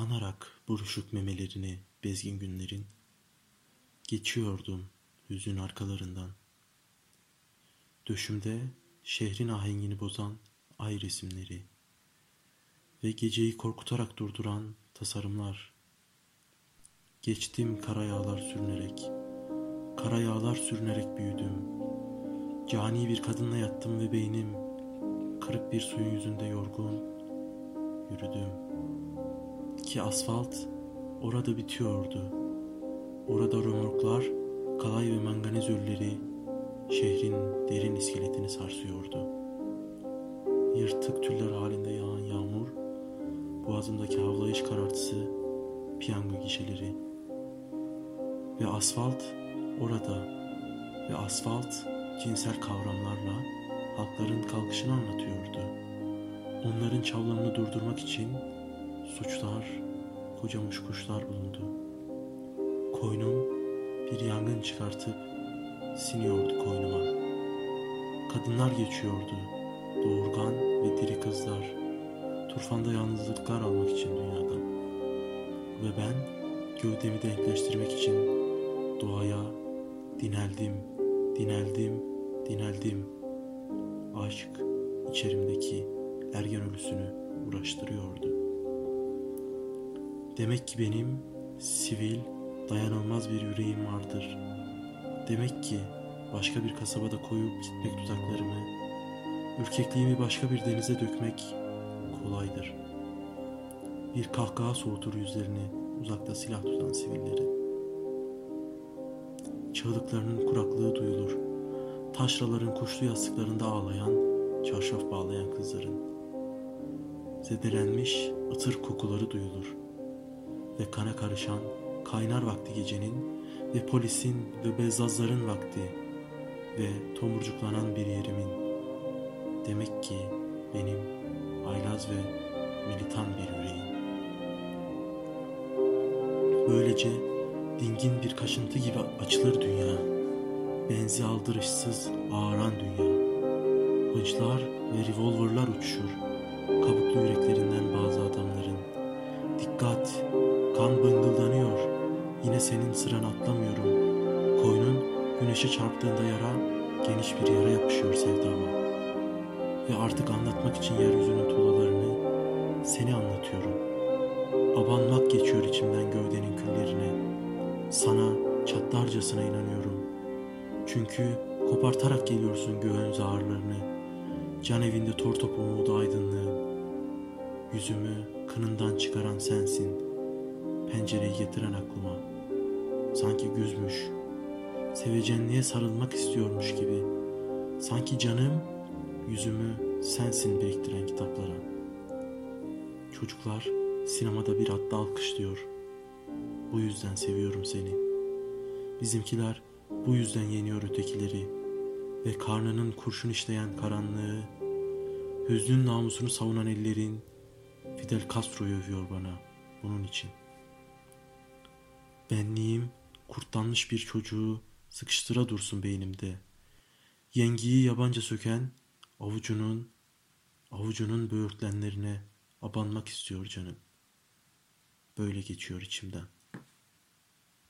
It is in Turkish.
Anarak buruşuk memelerini bezgin günlerin, geçiyordum hüzün arkalarından. Döşümde şehrin ahengini bozan ay resimleri ve geceyi korkutarak durduran tasarımlar. Geçtim kara yağlar sürünerek büyüdüm. Cani bir kadınla yattım ve beynim, kırık bir suyun yüzünde yorgun yürüdüm. Ki asfalt orada bitiyordu. Orada römorklar, kalay ve manganiz ölüleri şehrin derin iskeletini sarsıyordu. Yırtık tüller halinde yağan yağmur, boğazımdaki havlayış karartısı, piyango gişeleri. Ve asfalt orada, ve asfalt cinsel kavramlarla halkların kalkışını anlatıyordu. Onların çavlarını durdurmak için suçlar, kocamış kuşlar bulundu. Koynum bir yangın çıkartıp siniyordu koynuma. Kadınlar geçiyordu, doğurgan ve diri kızlar, turfanda yalnızlıklar almak için dünyadan. Ve ben gövdemi denkleştirmek için doğaya dineldim. Aşk içerimdeki ergen ölüsünü uğraştırıyordu. Demek ki benim sivil, dayanılmaz bir yüreğim vardır. Demek ki başka bir kasabada koyup gitmek dudaklarımı, ürkekliğimi başka bir denize dökmek kolaydır. Bir kahkaha soğutur yüzlerini uzakta silah tutan sivilleri. Çığlıklarının kuraklığı duyulur. Taşraların kuşlu yastıklarında ağlayan, çarşaf bağlayan kızların. Zedelenmiş ıtır kokuları duyulur. Ve kana karışan kaynar vakti gecenin ve polisin ve bezzazların vakti ve tomurcuklanan bir yerimin. Demek ki benim haylaz ve militan bir yüreğim. Böylece dingin bir kaşıntı gibi açılır dünya. Benzi aldırışsız ağıran dünya. Hınçlar ve revolverlar uçuşur kabuklu yüreklerinden bazı adamların. Dikkat, kan bıngıldanıyor. Yine senin sıran atlamıyorum. Koynun güneşe çarptığında yara, geniş bir yara yapışıyor sevdama. Ve artık anlatmak için yeryüzünün tuğlalarını seni anlatıyorum. Abanmak geçiyor içimden gövdenin küllerine. Sana çatlarcasına inanıyorum. Çünkü kopartarak geliyorsun göğün zağarlarını. Can evinde tortop umudu aydınlığı. Yüzümü kınından çıkaran sensin. Pencereyi getiren aklıma. Sanki güzmüş. Sevecenliğe sarılmak istiyormuş gibi. Sanki canım yüzümü sensin biriktiren kitaplara. Çocuklar sinemada bir hatta alkışlıyor. Bu yüzden seviyorum seni. Bizimkiler bu yüzden yeniyor ötekileri ve karnının kurşun işleyen karanlığı, hüznün namusunu savunan ellerin Fidel Castro'yu övüyor bana bunun için. Benliğim kurtlanmış bir çocuğu sıkıştıra dursun beynimde. Yengiyi yabanca söken avucunun böğürtlenlerine abanmak istiyor canım. Böyle geçiyor içimden.